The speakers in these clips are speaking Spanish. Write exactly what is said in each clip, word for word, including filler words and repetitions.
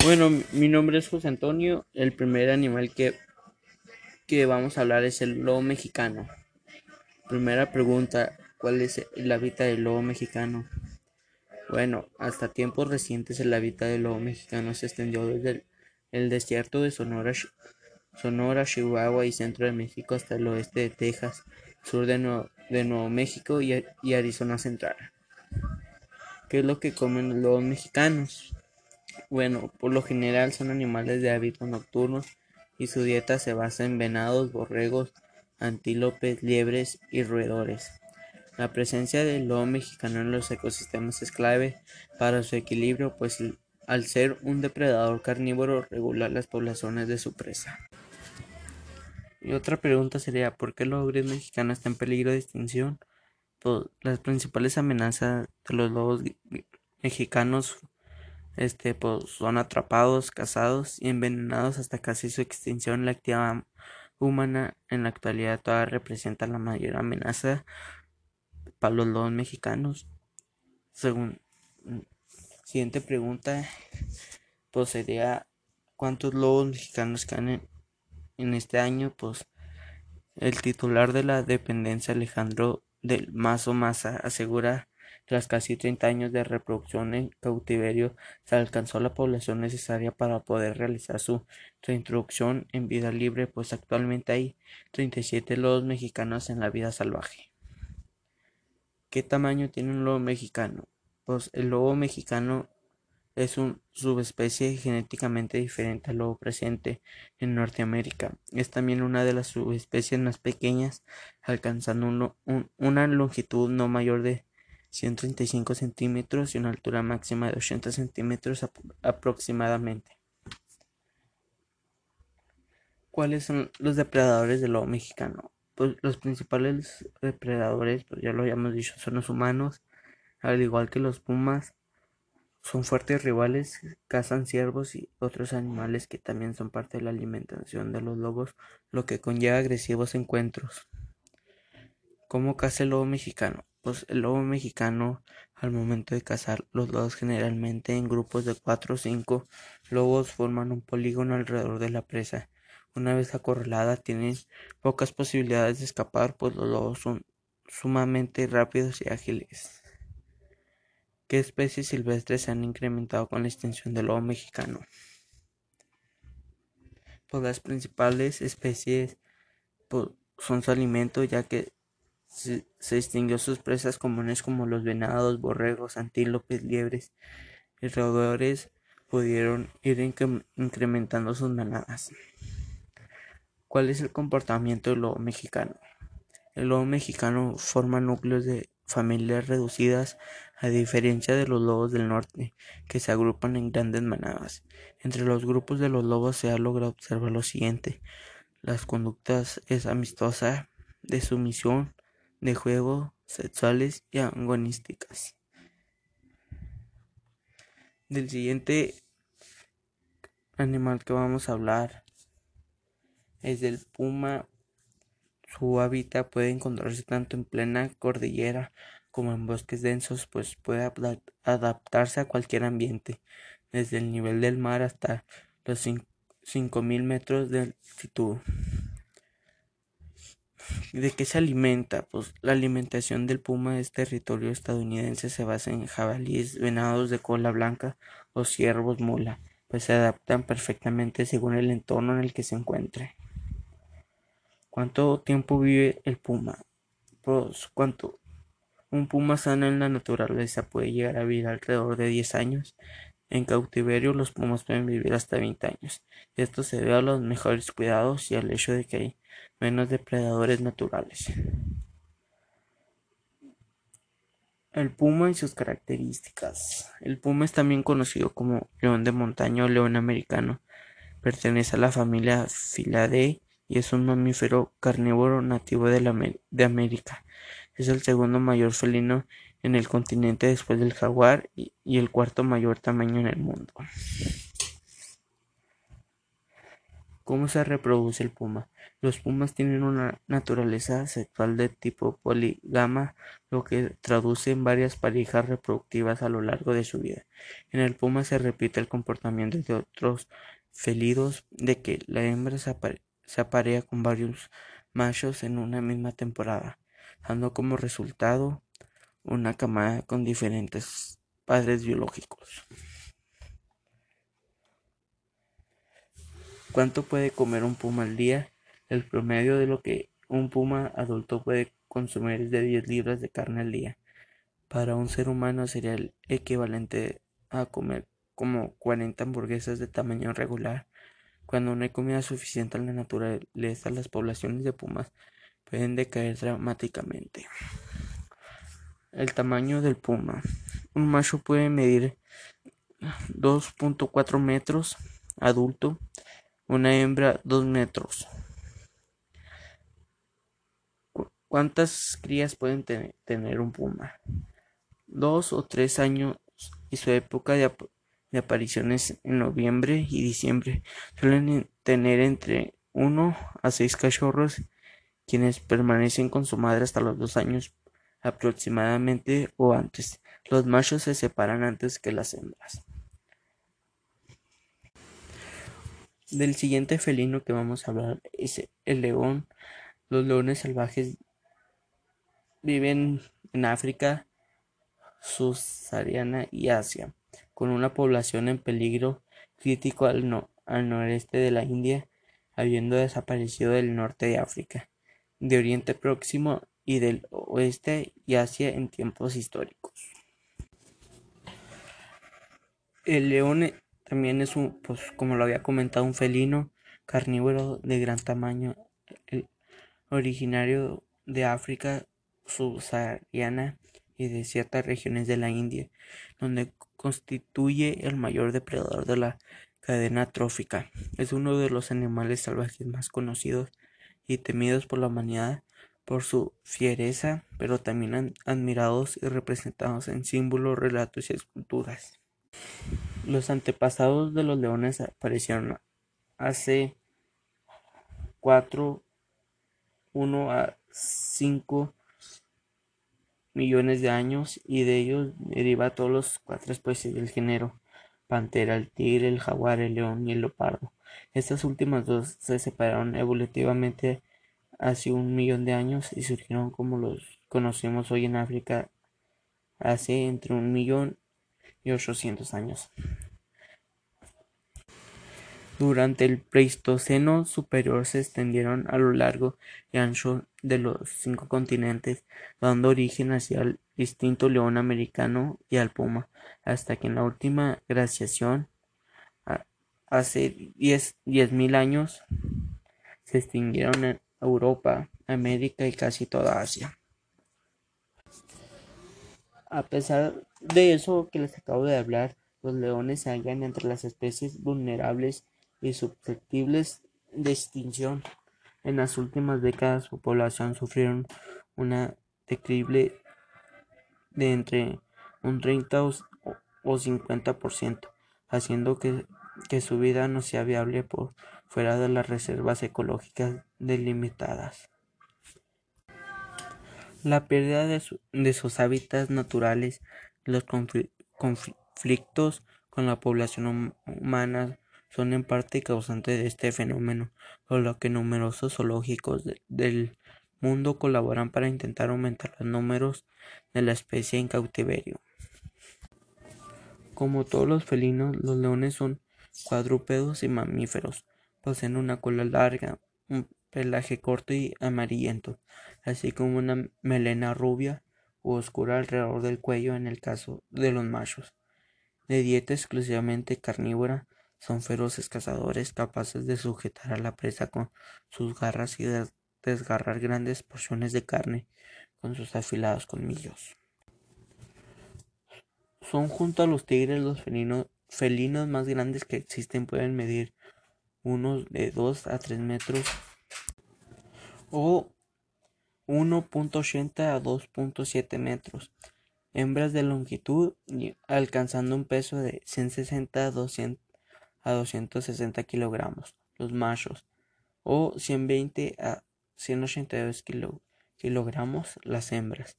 Bueno, mi nombre es José Antonio. El primer animal que, que vamos a hablar es el lobo mexicano. Primera pregunta, ¿cuál es el hábitat del lobo mexicano? Bueno, hasta tiempos recientes el hábitat del lobo mexicano se extendió desde el, el desierto de Sonora, Sonora, Chihuahua y centro de México hasta el oeste de Texas, sur de, Nuevo, de Nuevo México y, y Arizona central. ¿Qué es lo que comen los lobos mexicanos? Bueno, por lo general son animales de hábitos nocturnos y su dieta se basa en venados, borregos, antílopes, liebres y roedores. La presencia del lobo mexicano en los ecosistemas es clave para su equilibrio, pues al ser un depredador carnívoro regula las poblaciones de su presa. Y otra pregunta sería, ¿por qué el lobo gris mexicano está en peligro de extinción? Pues, las principales amenazas de los lobos mexicanos este, pues, son atrapados, cazados y envenenados hasta casi su extinción. La actividad humana en la actualidad todavía representa la mayor amenaza para los lobos mexicanos. Según siguiente pregunta, pues sería ¿cuántos lobos mexicanos quedan en, en este año? Pues el titular de la dependencia, Alejandro del Mazo Maza, asegura que tras casi treinta años de reproducción en cautiverio se alcanzó la población necesaria para poder realizar su reintroducción en vida libre, pues actualmente hay treinta y siete lobos mexicanos en la vida salvaje. ¿Qué tamaño tiene un lobo mexicano? Pues el lobo mexicano es una subespecie genéticamente diferente al lobo presente en Norteamérica. Es también una de las subespecies más pequeñas, alcanzando un, un, una longitud no mayor de ciento treinta y cinco centímetros y una altura máxima de ochenta centímetros ap aproximadamente. ¿Cuáles son los depredadores del lobo mexicano? Pues los principales depredadores, pues ya lo habíamos dicho, son los humanos, al igual que los pumas. Son fuertes rivales, cazan ciervos y otros animales que también son parte de la alimentación de los lobos, lo que conlleva agresivos encuentros. ¿Cómo caza el lobo mexicano? Pues el lobo mexicano, al momento de cazar los lobos, generalmente en grupos de cuatro o cinco lobos forman un polígono alrededor de la presa. Una vez acorralada tienen pocas posibilidades de escapar, pues los lobos son sumamente rápidos y ágiles. ¿Qué especies silvestres se han incrementado con la extinción del lobo mexicano? Pues las principales especies pues, son su alimento, ya que se, se extinguió sus presas comunes como los venados, borregos, antílopes, liebres y roedores pudieron ir incre incrementando sus manadas. ¿Cuál es el comportamiento del lobo mexicano? El lobo mexicano forma núcleos de familias reducidas, a diferencia de los lobos del norte, que se agrupan en grandes manadas. Entre los grupos de los lobos se ha logrado observar lo siguiente: las conductas es amistosa, de sumisión, de juego, sexuales y agonísticas. Del siguiente animal que vamos a hablar es del puma. Su hábitat puede encontrarse tanto en plena cordillera como en bosques densos, pues puede adaptarse a cualquier ambiente, desde el nivel del mar hasta los cinco mil metros de altitud. ¿De qué se alimenta? Pues la alimentación del puma de territorio estadounidense se basa en jabalíes, venados de cola blanca o ciervos mula, pues se adaptan perfectamente según el entorno en el que se encuentre. ¿Cuánto tiempo vive el puma? Pues cuánto un puma sano en la naturaleza puede llegar a vivir alrededor de diez años. En cautiverio los pumas pueden vivir hasta veinte años. Esto se debe a los mejores cuidados y al hecho de que hay menos depredadores naturales. El puma y sus características. El puma es también conocido como león de montaña o león americano. Pertenece a la familia Felidae y es un mamífero carnívoro nativo de, la, de América. Es el segundo mayor felino en el continente después del jaguar y, y el cuarto mayor tamaño en el mundo. ¿Cómo se reproduce el puma? Los pumas tienen una naturaleza sexual de tipo polígama, lo que traduce en varias parejas reproductivas a lo largo de su vida. En el puma se repite el comportamiento de otros felinos de que la hembra se, apare se aparea con varios machos en una misma temporada, dando como resultado una camada con diferentes padres biológicos. ¿Cuánto puede comer un puma al día? El promedio de lo que un puma adulto puede consumir es de diez libras de carne al día. Para un ser humano sería el equivalente a comer como cuarenta hamburguesas de tamaño regular. Cuando no hay comida suficiente en la naturaleza, las poblaciones de pumas pueden decaer dramáticamente. El tamaño del puma. Un macho puede medir dos punto cuatro metros adulto, una hembra dos metros. ¿Cuántas crías pueden te tener un puma? Dos o tres años y su época de, ap de apariciones en noviembre y diciembre. Suelen tener entre uno a seis cachorros, quienes permanecen con su madre hasta los dos años aproximadamente o antes. Los machos se separan antes que las hembras. Del siguiente felino que vamos a hablar es el león. Los leones salvajes viven en África subsahariana y Asia, con una población en peligro crítico al, no, al noreste de la India, habiendo desaparecido del norte de África, de Oriente Próximo y del oeste y Asia en tiempos históricos. El león también es un, pues como lo había comentado, un felino carnívoro de gran tamaño, el originario de África subsahariana y de ciertas regiones de la India, donde constituye el mayor depredador de la cadena trófica. Es uno de los animales salvajes más conocidos y temidos por la humanidad por su fiereza, pero también admirados y representados en símbolos, relatos y esculturas. Los antepasados de los leones aparecieron hace cuatro, uno a cinco millones de años, y de ellos deriva todos los cuatro especies del género: pantera, el tigre, el jaguar, el león y el leopardo. Estas últimas dos se separaron evolutivamente hace un millón de años y surgieron como los conocemos hoy en África hace entre un millón y ochocientos años. Durante el Pleistoceno superior se extendieron a lo largo y ancho de los cinco continentes, dando origen hacia el distinto león americano y al puma, hasta que en la última glaciación, hace diez mil años, se extinguieron en Europa, América y casi toda Asia. A pesar de eso que les acabo de hablar, los leones se hallan entre las especies vulnerables y susceptibles de extinción. En las últimas décadas su población sufrieron una declive de entre un treinta o cincuenta por ciento, haciendo que, que su vida no sea viable por fuera de las reservas ecológicas delimitadas. La pérdida de, su, de sus hábitats naturales, los conflictos con la población humana son en parte causantes de este fenómeno, por lo que numerosos zoológicos de, del mundo colaboran para intentar aumentar los números de la especie en cautiverio. Como todos los felinos, los leones son cuadrúpedos y mamíferos. Poseen una cola larga, un pelaje corto y amarillento, así como una melena rubia u oscura alrededor del cuello en el caso de los machos. De dieta exclusivamente carnívora, son feroces cazadores capaces de sujetar a la presa con sus garras y de desgarrar grandes porciones de carne con sus afilados colmillos. Son junto a los tigres los felinos, felinos más grandes que existen. Pueden medir unos de dos a tres metros o uno punto ochenta a dos punto siete metros, hembras de longitud, alcanzando un peso de ciento sesenta a doscientos sesenta kilogramos. los machos, o ciento veinte a ciento ochenta y dos kilo, kilogramos las hembras.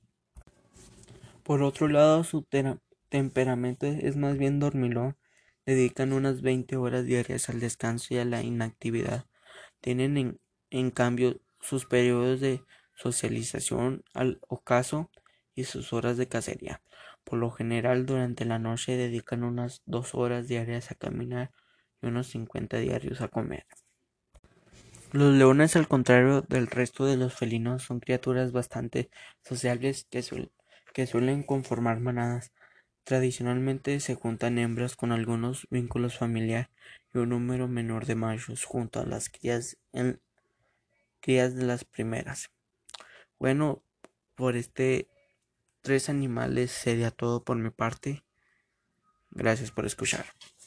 Por otro lado, su temperamento es más bien dormilón. Dedican unas veinte horas diarias al descanso y a la inactividad. Tienen en, en cambio sus periodos de socialización al ocaso y sus horas de cacería. Por lo general, durante la noche dedican unas dos horas diarias a caminar y unos cincuenta diarios a comer. Los leones, al contrario del resto de los felinos, son criaturas bastante sociables que, suel que suelen conformar manadas. Tradicionalmente se juntan hembras con algunos vínculos familiares y un número menor de machos junto a las crías, en, crías de las primeras. Bueno, por este tres animales sería todo por mi parte. Gracias por escuchar.